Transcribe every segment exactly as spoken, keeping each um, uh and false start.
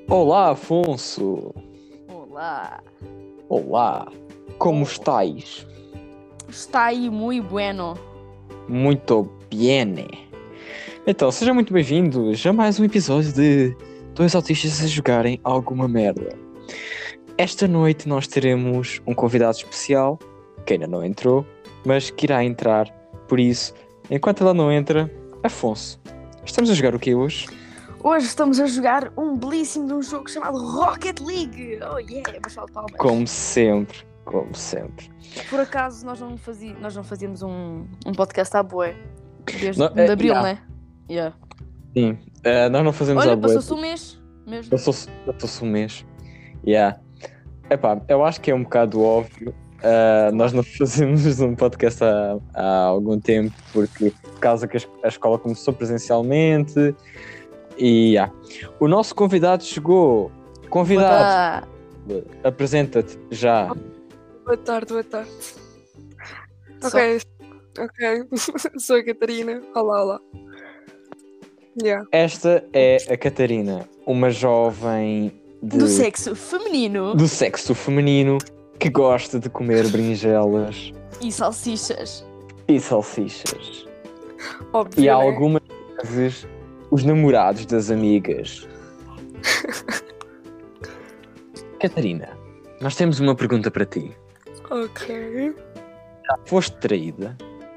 Olá, Afonso. Olá. Olá. Como estás? Está aí muito bueno. Muito bem. Então, sejam muito bem-vindos a mais um episódio de Dois Autistas a Jogarem Alguma Merda. Esta noite nós teremos um convidado especial, que ainda não entrou, mas que irá entrar. Por isso, enquanto ela não entra, Afonso, estamos a jogar o que hoje? Hoje estamos a jogar um belíssimo de um jogo chamado Rocket League. Oh yeah, mas falo palmas. Como sempre, como sempre. Por acaso nós não, fazia, nós não fazíamos um, um podcast à boé. Desde Não, de é, abril, yeah. né? Yeah. Sim, uh, nós não fazemos Olha, a boa. passou-se um mês mesmo. Passou-se passou-se um mês. Yeah. Epá, eu acho que é um bocado óbvio. Uh, nós não fazemos um podcast há, há algum tempo, porque por causa que a escola começou presencialmente. E yeah. O nosso convidado chegou. Convidado, Boa apresenta-te já. Boa tarde, boa tarde. Só- Ok, ok. Sou a Catarina. Olá, olá. Yeah. Esta é a Catarina, uma jovem de- Do sexo feminino do sexo feminino que gosta de comer berinjelas e salsichas. e salsichas. Óbvio, E há né? algumas vezes os namorados das amigas. Catarina, nós temos uma pergunta para ti. Ok. Foste traída?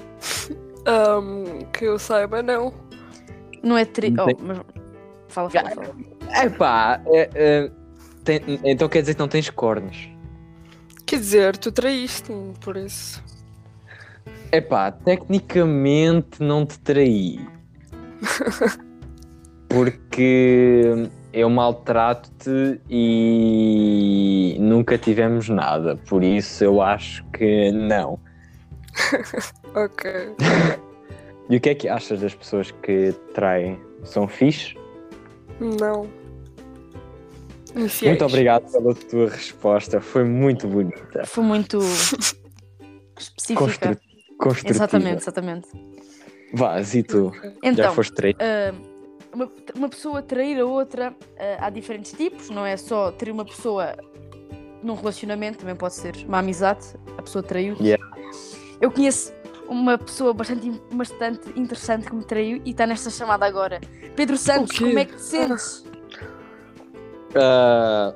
Um, que eu saiba, não. Não é tri... Não Oh, tem- mas... Fala, fala, fala. Epá, é, é, tem- então quer dizer que não tens cornos? Quer dizer, tu traíste-me, por isso. Epá, tecnicamente não te traí. Porque eu maltrato-te e nunca tivemos nada. Por isso eu acho que não. Ok. E o que é que achas das pessoas que traem? São fixe? Não. Infiéis. Muito obrigado pela tua resposta. Foi muito bonita. Foi muito específica. Constru- construtiva. Exatamente, exatamente. Vás, e tu? Ok. Então, Já foste traído? ah, uma, uma pessoa trair a outra, ah, há diferentes tipos, não é só trair uma pessoa num relacionamento, também pode ser uma amizade, a pessoa traiu. Yeah. Eu conheço uma pessoa bastante, bastante interessante que me traiu e está nesta chamada agora. Pedro Santos, O quê? como é que te sentes? Ah,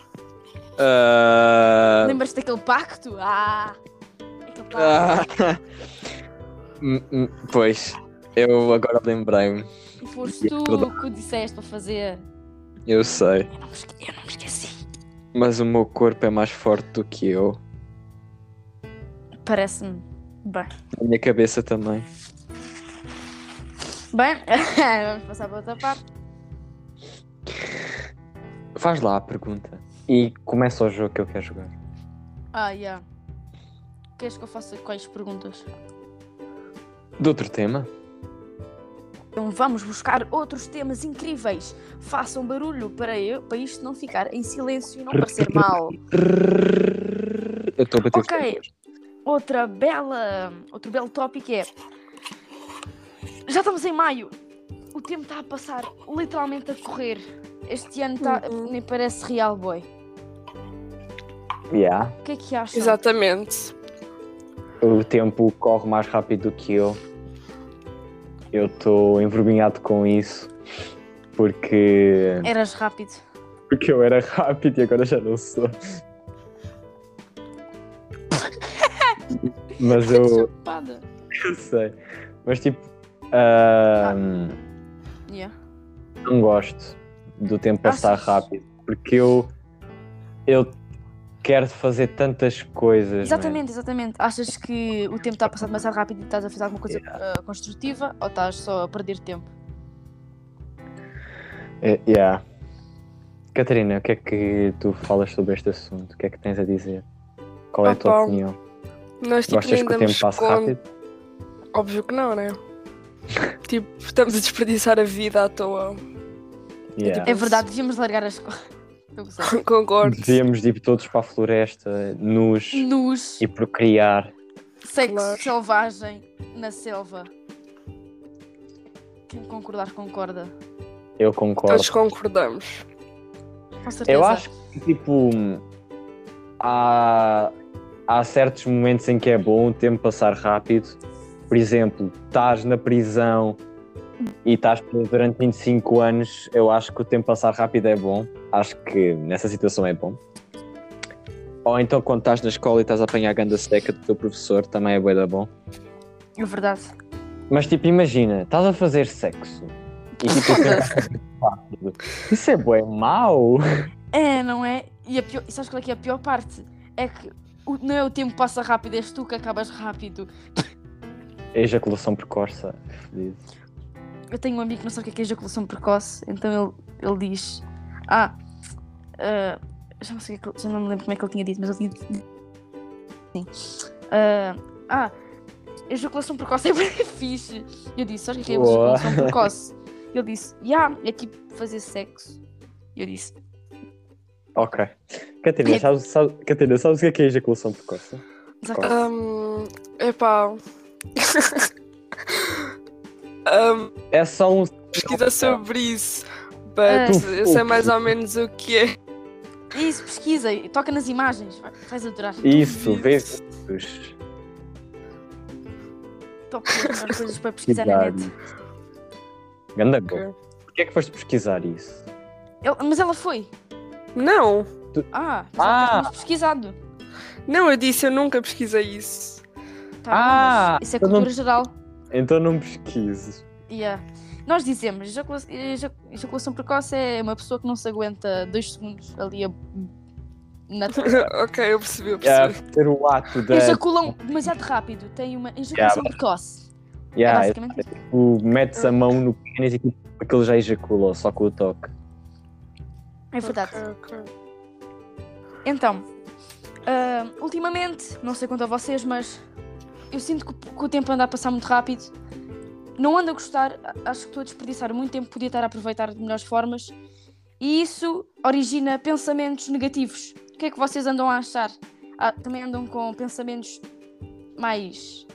ah, Lembras-te daquele pacto? Ah! Aquele pacto. ah, hum, hum, pois, eu agora lembrei-me. E foste tu verdade. que o disseste para fazer. Eu sei, Eu não me esque- eu não me esqueci. mas o meu corpo é mais forte do que eu. Parece-me bem. A minha cabeça também. Bem, vamos passar para outra parte. Faz lá a pergunta. E começa o jogo que eu quero jogar. Ah, já. Yeah. Queres que eu faça quais perguntas? De outro tema? Então vamos buscar outros temas incríveis. Façam barulho para, eu, para isto não ficar em silêncio e não parecer mal. Eu estou a bater Ok. Outra bela, outro belo tópico é... Já estamos em maio. O tempo está a passar literalmente a correr. Este ano tá, Uhum. nem parece real, boy. Yeah. O que é que acham? Exatamente. O tempo corre mais rápido do que eu. Eu estou envergonhado com isso. Porque... Eras rápido. Porque eu era rápido e agora já não sou. Mas eu... Chapada. Eu sei. Mas tipo... ahm, Yeah. não gosto do tempo passar Achas? rápido. Porque eu... Eu quero fazer tantas coisas. Exatamente, exatamente. Achas que o tempo está a passar demasiado rápido e estás a fazer alguma coisa ah, construtiva ou estás só a perder tempo? man. É, yeah. Catarina, o que é que tu falas sobre este assunto? O que é que tens a dizer? Qual é a tua Opa, opinião? Nós tipo, Gostas nem que o damos tempo passe conta. rápido? Óbvio que não, né? Tipo, estamos a desperdiçar a vida à toa. Yeah. É verdade, devíamos largar a escola. Estou a gozar. Concordo. Devíamos ir todos para a floresta, nus, Nus, e procriar. sexo Claro. selvagem na selva. Quem concordar, concorda. Eu concordo. Todos concordamos. Com certeza. Eu acho que, tipo, há, há certos momentos em que é bom o tempo passar rápido. Por exemplo, estás na prisão e estás preso durante vinte e cinco anos, eu acho que o tempo passar rápido é bom. Acho que nessa situação é bom. Ou então quando estás na escola e estás a apanhar a ganda seca do teu professor, também é bué da bom. É verdade. Mas tipo, imagina, estás a fazer sexo e tipo, o tempo passa rápido. Isso é bué mau. É, não é? E a pior, e sabes qual é que é a pior parte? É que o- não é o tempo passa rápido, és tu que acabas rápido. Ejaculação precoce. Feliz. Eu tenho um amigo que não sabe o que é, que é ejaculação precoce, então ele, ele diz: Ah, ah, já, não sei, o que é que ele- já não me lembro como é que ele tinha dito, mas ele tinha dito. Sim. Ah, ah, ejaculação precoce é bem fixe. E eu disse: Sabes o que é, que é Boa. ejaculação precoce? E ele disse: Yeah, é tipo fazer sexo. E eu disse: Ok. Catarina, sabes, sabes, Catarina, sabes o que é que é ejaculação precoce? Exato. Um, epá. um, É só um... pesquisa sobre isso. Ah. But eu sei mais ou menos o que é. Isso, pesquisa, e toca nas imagens, vai- vais adorar. Isso, vê. Top melhores coisas para pesquisar na net. Ganda Ok. gol. Porquê é que foste pesquisar isso? Ele- mas ela foi. Não, Ah, Ah. já tínhamos pesquisado. não, eu disse, eu nunca pesquisei isso. Tá Ah, bom, mas isso é eu não- cultura geral. Então não pesquises. Yeah. Nós dizemos, ejacula- ejac- ejaculação precoce é uma pessoa que não se aguenta dois segundos ali a... na... Ok, eu percebi, eu É percebi. ter o ato da... Ejaculam demasiado rápido, tem uma ejaculação precoce. Yeah, é é basicamente isso. tipo, metes a mão no pênis e tipo, aquele já ejacula, só com o toque. É verdade. Ok, ok. Então, ah, ultimamente, não sei quanto a vocês, mas eu sinto que, o- que o tempo anda a passar muito rápido. Não ando a gostar, a- acho que estou a desperdiçar muito tempo, podia estar a aproveitar de melhores formas. E isso origina pensamentos negativos. O que é que vocês andam a achar? Ah, também andam com pensamentos mais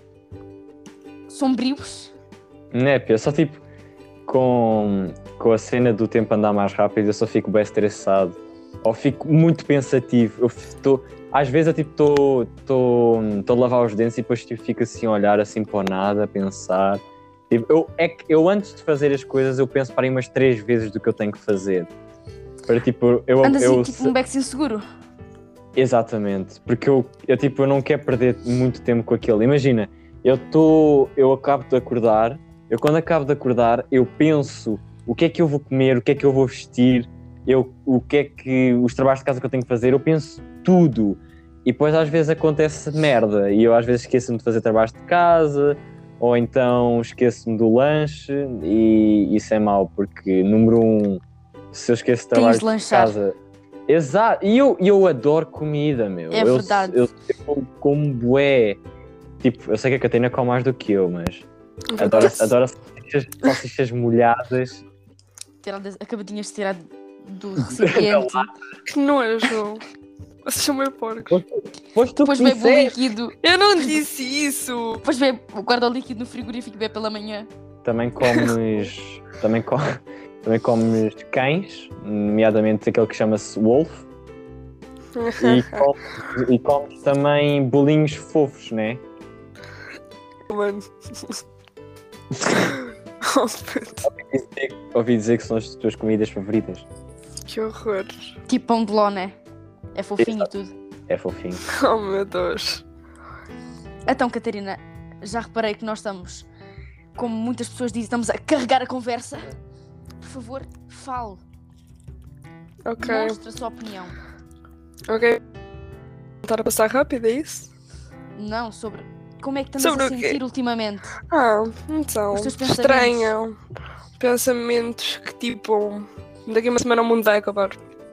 sombrios? Né, eu só tipo, com, com a cena do tempo andar mais rápido, eu só fico bem estressado. Ou fico muito pensativo. Eu estou... Às vezes eu tipo estou a lavar os dentes e depois tipo, fico assim a olhar assim para o nada, a pensar. Tipo, eu, é que eu antes de fazer as coisas eu penso para aí umas três vezes do que eu tenho que fazer. Para tipo, eu, Andas eu, assim, tipo um beco inseguro? Exatamente, porque eu, eu tipo, eu não quero perder muito tempo com aquilo. Imagina, eu estou, eu acabo de acordar, eu quando acabo de acordar, eu penso o que é que eu vou comer, o que é que eu vou vestir, eu, o que é que, os trabalhos de casa que eu tenho que fazer, eu penso tudo. E depois às vezes acontece merda, e eu às vezes esqueço-me de fazer trabalhos de casa, ou então esqueço-me do lanche, e isso é mau, porque número um, se eu esqueço de Tens trabalhos de de lanchar. casa... Exato, e eu, eu adoro comida, meu. É eu, verdade. Eu, eu como bué. Tipo, eu sei que a Catarina come mais do que eu, mas adoro, adoro salsichas, salsichas molhadas. Tirado, acabadinhas de tirar do recipiente. Que nojo. Vocês são meio porcos. Pois tu Depois bebe o disseste. líquido. Eu não disse isso. Depois bebe, guarda o líquido no frigorífico e bebe pela manhã. Também comes. também, com, também comes cães, nomeadamente aquele que chama-se Wolf. E comes, e comes também bolinhos fofos, né? Mano. Oh, puto, Ouvi dizer, ouvi dizer que são as tuas comidas favoritas. que horror. Tipo pão de ló, né? É fofinho e tudo. É fofinho. Oh meu Deus. Então, Catarina, já reparei que nós estamos, como muitas pessoas dizem, estamos a carregar a conversa. Por favor, fale. Ok. Mostre a sua opinião. Ok. Estar a passar rápido, é isso? Não, sobre como é que te andas Sobre a o quê? sentir ultimamente. Ah, então. Os teus pensamentos. Estranho. Pensamentos que tipo. Daqui a uma semana o mundo vai acabar.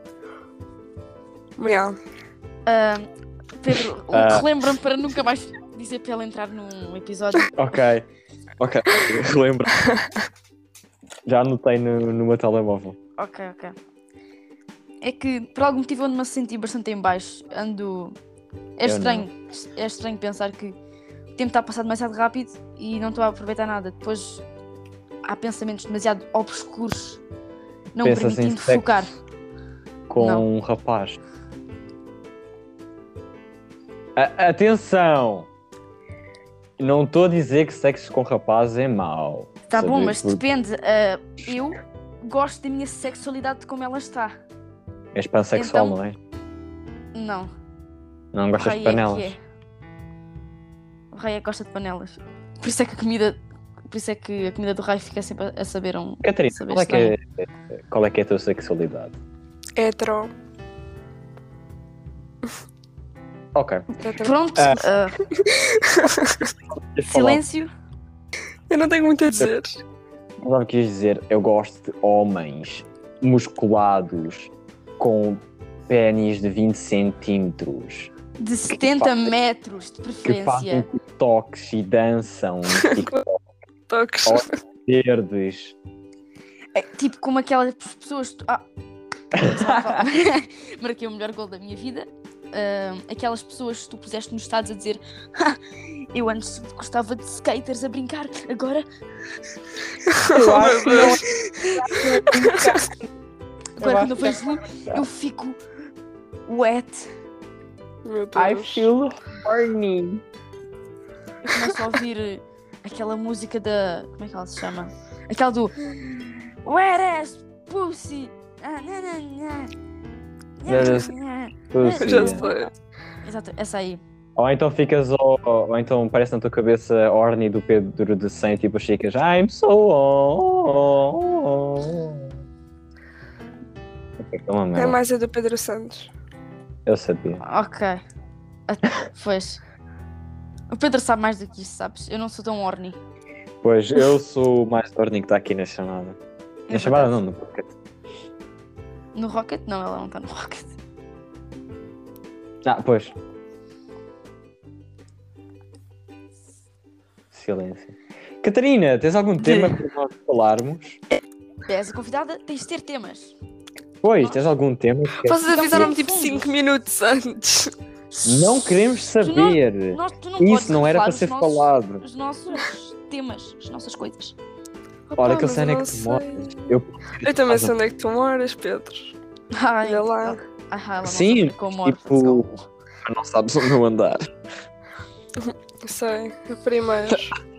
Yeah. Ah, Pedro, Ah. relembra-me para nunca mais dizer para ele entrar num episódio. Ok, ok, relembro. Já anotei no, no meu telemóvel. Ok, ok. É que por algum motivo eu ando-me a sentir bastante em baixo. Ando. É Eu estranho. É estranho pensar que o tempo está a passar demasiado rápido e não estou a aproveitar nada. Depois há pensamentos demasiado obscuros, não me Pensas em permitindo sexo? focar. com Não. um rapaz. A- atenção! Não estou a dizer que sexo com rapazes é mau. Tá bom, Saber mas por- depende. ah, eu gosto da minha sexualidade de como ela está. És pansexual, Então- não é? Não. Não O gostas rei de panelas? é que é. O rei é que gosta de panelas. Por isso é que a comida. Por isso é que a comida do rei fica sempre a, a saber um. Catarina, saber qual é, que é, estranho. qual é que é a tua sexualidade? Hetero. Ok. Pronto, Ah. ah, Queres falar? silêncio. Eu não tenho muito a dizer. Agora quis dizer, eu gosto de homens musculados com pênis de vinte centímetros De setenta fazem- metros de que fazem preferência. TikToks e dançam TikToks Toques. verdes. É, tipo como aquelas pessoas. Ah. Marquei o melhor gol da minha vida. Ah, aquelas pessoas que tu puseste nos estados a dizer "Ah, eu antes gostava de skaters a brincar, agora Eu Oh, acho meu Deus. agora acho quando eu que é vejo eu fico wet. Meu I Deus. feel horny. Eu começo a ouvir aquela música da. Como é que ela se chama? Aquela do Wet ass pussy. Ah, na, na, na. Wet ass Na, na. pussy. Já sei. Exato, essa aí. Ou então ficas, ou, ou então parece na tua cabeça horny do Pedro de cem, tipo ficas I'm so on. Ok, calma, É meu. mais a do Pedro Santos. Eu sabia. Ok. Ah, Pois. O Pedro sabe mais do que isso, sabes? Eu não sou tão horny. Pois, eu sou o mais horny que está aqui na chamada. Na É chamada verdade. não, no pocket. No Rocket? Não, ela não está no Rocket. Ah, pois. Silêncio. Catarina, tens algum tema para nós falarmos? És a convidada, tens de ter temas. Pois, tens algum tema? que- Vocês avisaram-me Então, tipo fundos. cinco minutos antes. Não queremos saber. Nós, tu não podes Isso não era para revelar ser os nossos, falado. Os nossos temas, as nossas coisas. Olha, Opa, que eu mas sei onde é não que tu sei. moras. Eu, Eu também sei onde é que tu moras, Pedro. Ai, Olha lá. ok. Ai, ela não Sim, sabe como moro. tipo, não sabes onde eu andar. Sei, o primeiro.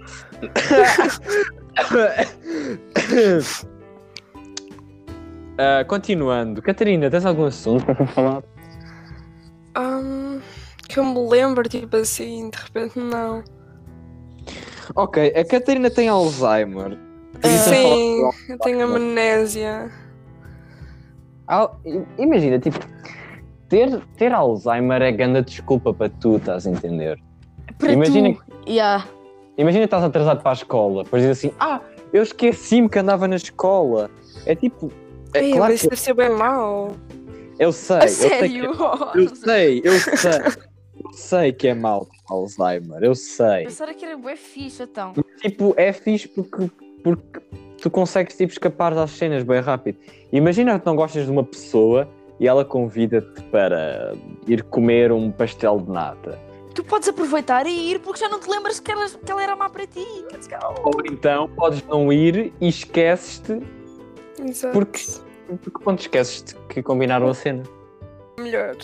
Ah, continuando, Catarina, tens algum assunto para falar? Hum, que eu me lembro, tipo assim, de repente não. Ok, a Catarina tem Alzheimer. Tens de Sim, falar eu tenho amnésia. Al- Imagina, tipo, ter, ter Alzheimer é grande desculpa para tu, estás a entender? Para Imagina tu. Yeah. Imagina que estás atrasado para a escola, depois dizes assim, ah, eu esqueci-me que andava na escola. É tipo, é Ei, claro mas que isso deve ser bem mau. eu sei, A eu sei, que, sério? eu sei, eu sei, eu sei que é mau ter Alzheimer, eu sei. Pensava que era bué fixe, então. Tipo, é fixe porque, porque tu consegues tipo, escapar das cenas bem rápido. Imagina que não gostas de uma pessoa e ela convida-te para ir comer um pastel de nata. Tu podes aproveitar e ir porque já não te lembras que ela, que ela era má para ti. Let's go. Ou então podes não ir e esqueces-te Exato. porque, porque quando esqueces-te que combinaram a cena. Melhor.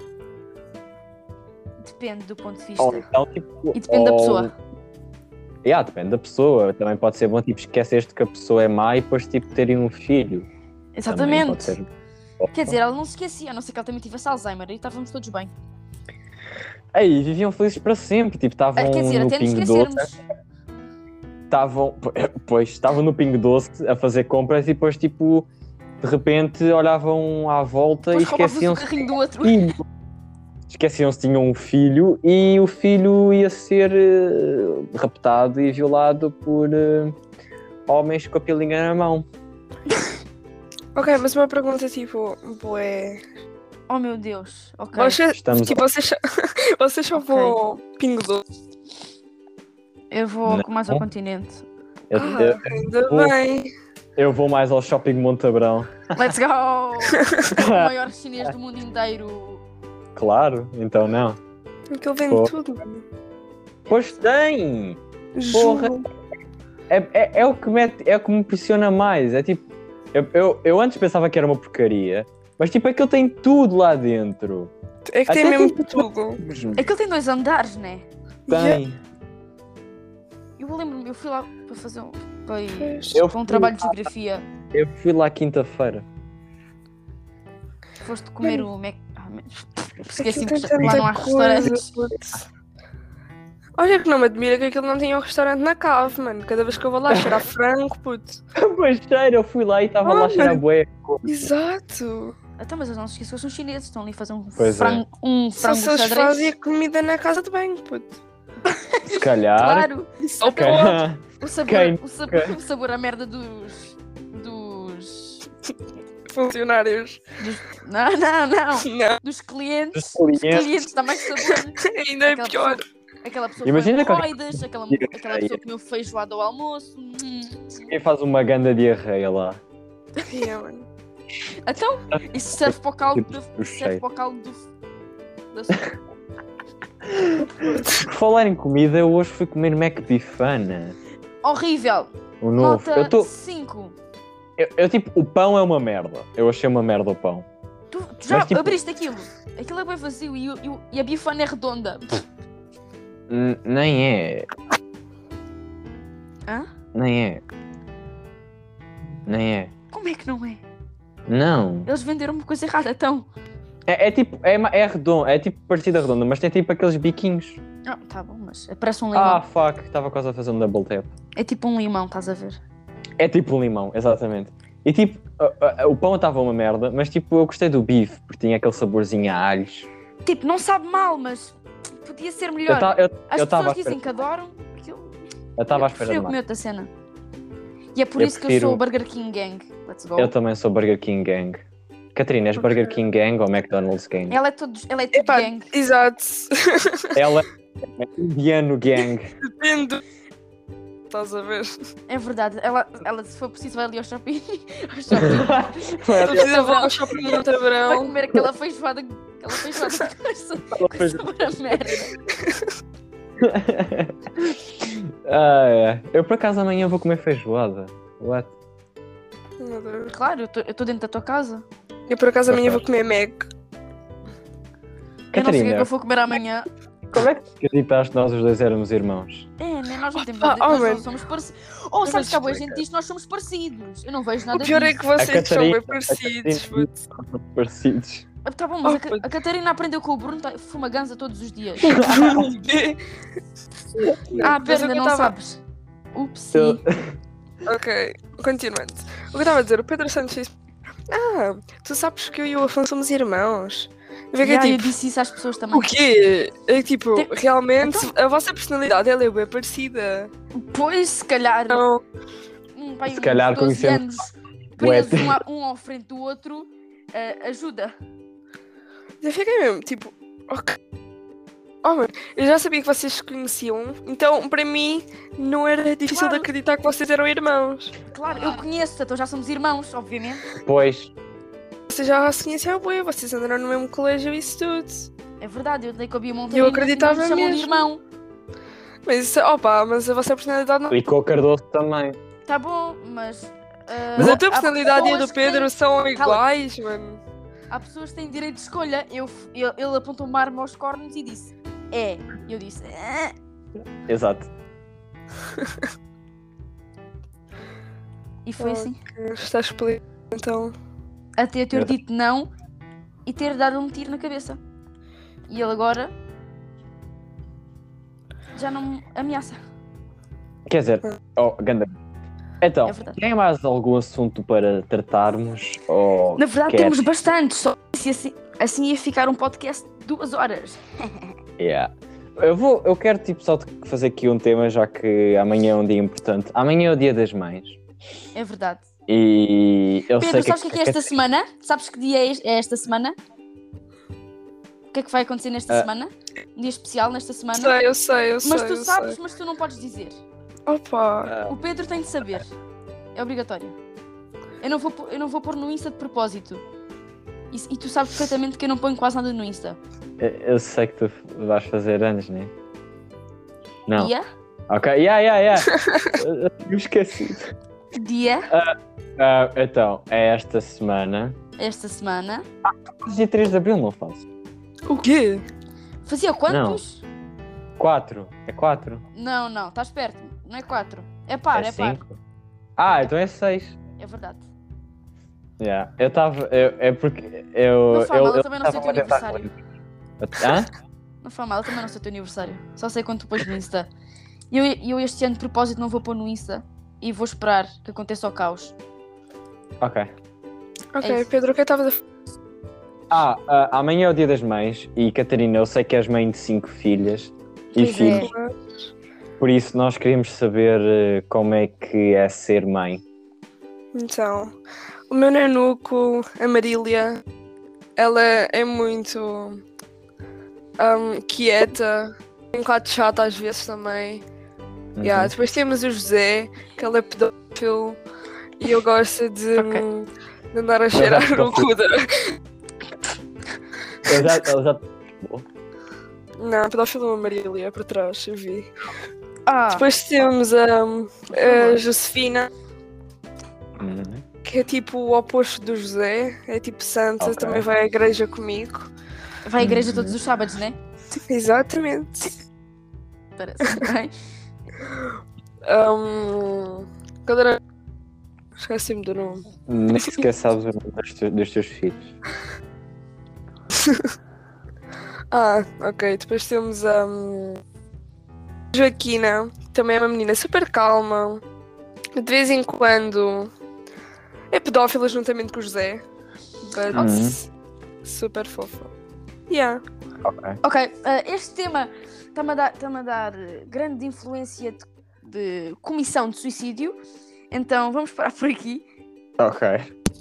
Depende do ponto de vista. Ou então, tipo, E depende da ou- pessoa. Yeah, depende da pessoa. Também pode ser bom tipo, esqueceste que a pessoa é má e depois tipo, terem um filho. Também pode Exatamente. ser. Quer dizer, ela não se esquecia, a não ser que ela também tivesse Alzheimer e estávamos todos bem. Ei, viviam felizes para sempre. Tipo, estavam Ah, quer dizer, no até nos Pingo Doce. esquecermos. Estavam, pois, estavam no Pingo Doce a fazer compras e depois, tipo, de repente olhavam à volta Depois e roubavas o esqueciam-se carrinho do outro. filho. Esqueciam-se que tinham um filho e o filho ia ser eh, raptado e violado por eh, homens com a pilinha na mão. Ok, mas uma pergunta tipo, bué. Oh meu Deus. Ok. Vocês, Estamos tipo, vocês, só- vocês só Ok. vão ao Pingo Doce. Eu vou Não. mais ao continente. Eu, Ah, eu- ainda vou- bem. eu vou mais ao shopping Montabrão. Let's go! O maior chinês do mundo inteiro. Claro, então não. Aquilo vende Pô. tudo, mano. Pois tem! Juro. Porra. É, é, é o que mete, é o que me impressiona mais. É tipo, eu, eu, eu antes pensava que era uma porcaria, Mas tipo, aquilo tem tudo lá dentro. É que Até tem mesmo tipo- tudo. Aquilo tem dois andares, né? Tem. Eu lembro-me, eu fui lá para fazer um, para, ir- Eu para um fui trabalho de lá. geografia. Eu fui lá quinta-feira. Foste comer o Mac. Ah, mas- esqueci-me Aquilo que tem lá tanta não há coisa, restaurantes. putz. Olha que não me admira que aquilo não tenha um restaurante na cave, mano. Cada vez que eu vou lá, cheira a frango, puto. Mas sério, eu fui lá e estava lá Ah, a cheirar mano. bué. Exato. Então, mas eles não se esqueçam que são chineses, estão ali a fazer um Pois é. frango, um Só frango se eles xadrez. fazem a comida na casa de banho, puto. Se calhar. Claro, Só Se calhar. o sabor, Quem? o sabor, o sabor a merda dos. dos. funcionários. dos não, não, não. Não, Dos clientes. Dos clientes. Dos clientes dá mais sabor. ainda é Aquela pior. pessoa- Aquela pessoa Imagina com qualquer- hemorroidas, aquela, Diarreia. aquela pessoa que comeu feijoada ao almoço. Hum. Quem faz uma ganda diarreia lá? Yeah, mano. Então, isso serve para o caldo do. Eu Serve sei. para o caldo do. da sopa. Por falar em comida, eu hoje fui comer Macbifana. Horrível. O novo. Nota Eu, tô, cinco. eu, eu, tipo, o pão é uma merda. Eu achei uma merda o pão. Tu, tu já Mas, tipo- abriste aquilo? Aquilo é bem vazio e, o- e, o- e a bifana é redonda. N- nem é. Hã? Nem é. Nem é. Como é que não é? Não. Eles venderam uma coisa errada, então. É, é tipo, é, ma- é redondo, é tipo parecida redonda, mas tem tipo aqueles biquinhos. Ah, tá bom, mas parece um limão. Ah, fuck, estava quase a fazer um double tap. É tipo um limão, estás a ver? É tipo um limão, exatamente. E tipo, a- a- o pão estava uma merda, mas tipo, eu gostei do bife, porque tinha aquele saborzinho a alhos. Tipo, não sabe mal, mas podia ser Eu melhor. estava eu, As eu tava à pessoas dizem espera, que adoram. Aquilo... eu tava à eu espera prefiro de comer mais. outra cena. E é por Eu isso que prefiro- eu sou o Burger King Gang. Let's go. Eu também sou Burger King Gang. Catarina, és Burger King Gang ou McDonald's Gang? Ela é tudo, ela é tudo Epá, gang. exato. Ela é indiano gang. Depende. Estás a ver? É verdade. Ela, ela, se for preciso, vai ali ao shopping. ao shopping. Se precisa vou ao shopping no Vai Tabarão. comer aquela feijoada. Aquela feijoada com feijoada. sabor a merda. Ah, é. Eu por acaso amanhã vou comer feijoada. What? Meu Deus. Claro, eu estou dentro da tua casa. Eu por acaso amanhã vou Ok. comer Mac. Eu não sei o que é que Catarina, eu vou comer amanhã. como é que acreditaste que nós os dois éramos irmãos? É, né? Nós não temos Opa, nada. oh, Nós não mano. somos parecidos. Oh, Eu sabes que há vou boa gente diz que nós somos parecidos. Eu não vejo nada O pior é disso. que vocês são Catarina- bem parecidos. Catarina- puto. Parecidos. Ah, tá bom, mas Oh, a, Ca- puto. a Catarina aprendeu com o Bruno, tá, fuma ganza todos os dias. Ah, Mas pera, o que eu não tava- sabes. Ups. Eu- Ok, continuando. O que eu estava a dizer, o Pedro Santos disse: Ah, tu sabes que eu e o Afonso somos irmãos. Eu fiquei Yeah, eu tipo, disse isso às pessoas também. o quê? É tipo, Tem- realmente a vossa personalidade ela é bem parecida. Pois, se calhar. Não, Um pai, Se calhar uns doze conhecemos- anos presos Ué. um, a- um ao frente do outro eh, ajuda. eu fiquei mesmo, tipo, ok. Oh, mano, eu já sabia que vocês se conheciam, então para mim não era difícil Claro. de acreditar que vocês eram irmãos. Claro, eu conheço, então já somos irmãos, obviamente. Pois, Vocês já se conheciam há bué, vocês andaram no mesmo colégio e isso tudo. É verdade, eu dei com a Bia Monteiro Eu e ainda acreditava me chamam de mesmo. irmão. Mas, isso- opa, mas a vossa personalidade não. e com o Cardoso também. Tá bom, mas. eh, Mas a há tua personalidade e a pessoas do que têm- Pedro são iguais, mano. Há pessoas que têm direito de escolha. Eu, ele, ele apontou uma arma aos cornos e disse: É. E eu disse: É. Exato. E foi Oh. assim. Está explicado, então. Até eu ter Eu- dito não e ter dado um tiro na cabeça. E ele agora. Já não me ameaça. Quer dizer, oh, ganda. Então, É verdade. tem mais algum assunto para tratarmos? Ou Na verdade, queres- temos bastantes. Só se assim, assim ia ficar um podcast de duas horas. Yeah. Eu, vou, eu quero tipo, só fazer aqui um tema, já que amanhã é um dia importante. Amanhã é o dia das mães. É verdade. E eu Pedro, sei sabes o que é que é esta semana? Sabes que dia é es- é esta semana? O que é que vai acontecer nesta Ah. semana? Um dia especial nesta semana? Sei, eu sei, eu sei. Mas tu eu sabes, sei. mas tu não podes dizer. Opa. O Pedro tem de saber. É obrigatório. Eu não vou, pô- eu não vou pôr no Insta de propósito. E, e tu sabes perfeitamente que eu não ponho quase nada no Insta. Eu, eu sei que tu vais fazer anos, né? Não. Dia? Ok, yeah, yeah, yeah. Eu- eu tinha esquecido. Dia? Ah, então, é esta semana. esta semana. Dia três de Abril não faço. O quê? Fazia quantos? quatro. É quatro. Não, não, estás perto. Não é quatro. É par, é, é par. cinco. Ah, então é seis. É verdade. Yeah. Eu estava. É porque. Eu, Não faz eu, mal, eu eu também não sei o teu tava a tentar- aniversário. Hã? Não faz mal, eu também não sei o teu aniversário. Só sei quando tu pões no Insta. E eu, eu este ano, de propósito, não vou pôr no Insta. E vou esperar que aconteça o caos. Ok. Ok, É isso. Pedro, o que estavas a fazer? Ah, ah, amanhã é o dia das mães e Catarina, eu sei que és mãe de cinco filhas e Pois é. filhos, por isso nós queríamos saber eh, como é que é ser mãe. Então, o meu nanuco, a Marília, ela é muito um, quieta, um bocado chata às vezes também. Uhum. Yeah, depois temos o José, que ele é pedófilo e eu gosto de, Ok. de andar a cheirar no pedófilo. cu da... Eu já, eu já... Não, pedófilo é uma Marília, por trás, eu vi. Ah, Depois temos um, a Josefina, Uhum. que é tipo o oposto do José, é tipo santa, Ok. também vai à igreja comigo. vai à igreja todos os sábados, né? Exatamente. Parece bem. Um, qual era? Esqueci-me do nome. Nem sequer sabes o nome dos teus, dos teus filhos. Ah, ok. Depois temos a um, Joaquina, também é uma menina super calma. De vez em quando é pedófila juntamente com o José. But Uhum. super fofa. Yeah. Ok. Ok, ah, este tema está-me a dar, está-me a dar eh, grande influência de, de comissão de suicídio. Então vamos parar por aqui. Ok.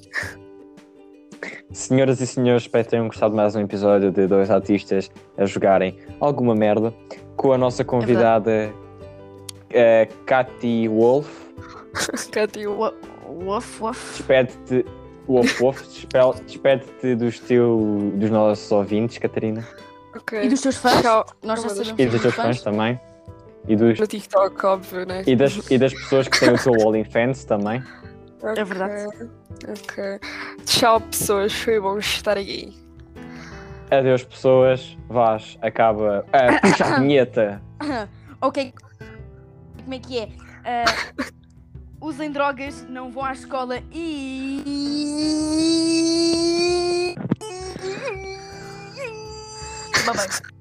Senhoras e senhores, espero que tenham gostado de mais um episódio de dois autistas a jogarem alguma merda com a nossa convidada uh, Katy Wolf. Katy, Wo- Wof, wof. Despede-te, Wolf Wolf, despe- despede-te dos, teu, dos nossos ouvintes, Catarina. ok. E dos teus fãs? Tchau. Nós já Oh, meu Deus. sabemos E que dos teus fãs também. E, dos, No TikTok, óbvio, né? e, das, e das pessoas que têm o teu OnlyFans também. É verdade. Ok. Tchau, pessoas. Foi bom estar aqui. Adeus, pessoas. Vás, acaba. Ah, puxa a vinheta. Ok, como é que é? Ah, usem drogas, não vão à escola e... Bye bye.